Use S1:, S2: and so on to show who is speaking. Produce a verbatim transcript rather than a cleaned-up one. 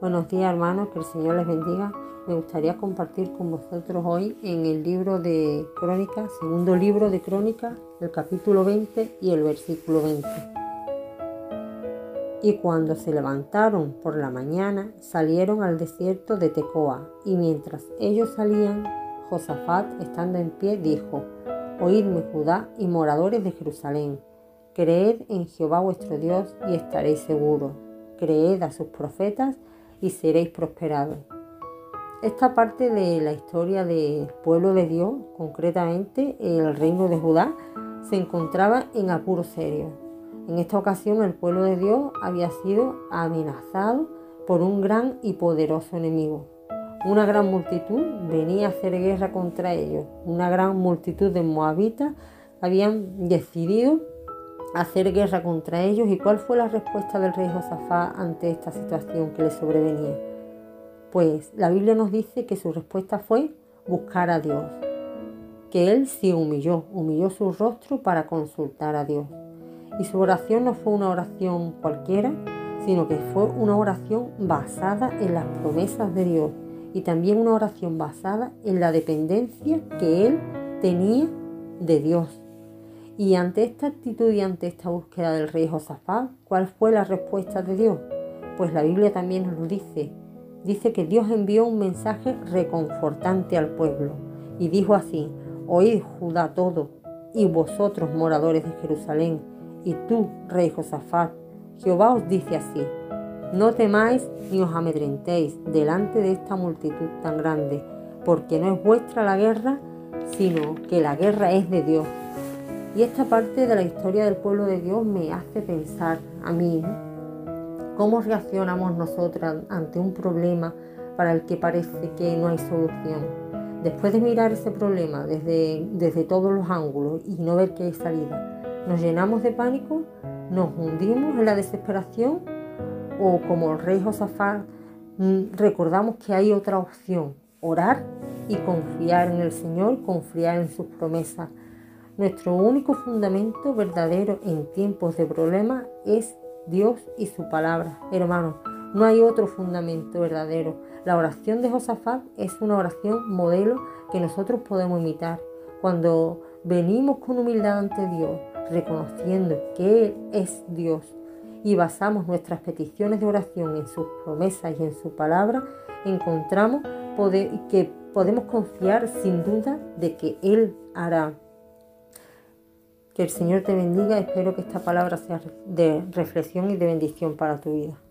S1: Buenos días, hermanos, que el Señor les bendiga. Me gustaría compartir con vosotros hoy en el libro de Crónicas, segundo libro de Crónicas, el capítulo veinte y el versículo veinte. Y cuando se levantaron por la mañana, salieron al desierto de Tecoa, y mientras ellos salían, Josafat, estando en pie, dijo: Oídme, Judá y moradores de Jerusalén, creed en Jehová vuestro Dios y estaréis seguros, creed a sus profetas y seréis prosperados. Esta parte de la historia del pueblo de Dios, concretamente el reino de Judá, se encontraba en apuro serio. En esta ocasión el pueblo de Dios había sido amenazado por un gran y poderoso enemigo. Una gran multitud venía a hacer guerra contra ellos. Una gran multitud de moabitas habían decidido hacer guerra contra ellos. ¿Y cuál fue la respuesta del rey Josafat ante esta situación que le sobrevenía? Pues la Biblia nos dice que su respuesta fue buscar a Dios, que él se humilló, humilló su rostro para consultar a Dios. Y su oración no fue una oración cualquiera, sino que fue una oración basada en las promesas de Dios y también una oración basada en la dependencia que él tenía de Dios. Y ante esta actitud y ante esta búsqueda del rey Josafat, ¿cuál fue la respuesta de Dios? Pues la Biblia también nos lo dice. Dice que Dios envió un mensaje reconfortante al pueblo y dijo así: Oíd, Judá todo, y vosotros moradores de Jerusalén, y tú, rey Josafat, Jehová os dice así: No temáis ni os amedrentéis delante de esta multitud tan grande, porque no es vuestra la guerra, sino que la guerra es de Dios. Y esta parte de la historia del pueblo de Dios me hace pensar a mí, ¿no? ¿Cómo reaccionamos nosotras ante un problema para el que parece que no hay solución? Después de mirar ese problema desde, desde todos los ángulos y no ver que hay salida, ¿nos llenamos de pánico? ¿Nos hundimos en la desesperación? ¿O como el rey Josafat recordamos que hay otra opción? Orar y confiar en el Señor, confiar en sus promesas. Nuestro único fundamento verdadero en tiempos de problemas es Dios y su palabra. Hermanos, no hay otro fundamento verdadero. La oración de Josafat es una oración modelo que nosotros podemos imitar. Cuando venimos con humildad ante Dios, reconociendo que Él es Dios y basamos nuestras peticiones de oración en sus promesas y en su palabra, encontramos poder, que podemos confiar sin duda de que Él hará. Que el Señor te bendiga. Espero que esta palabra sea de reflexión y de bendición para tu vida.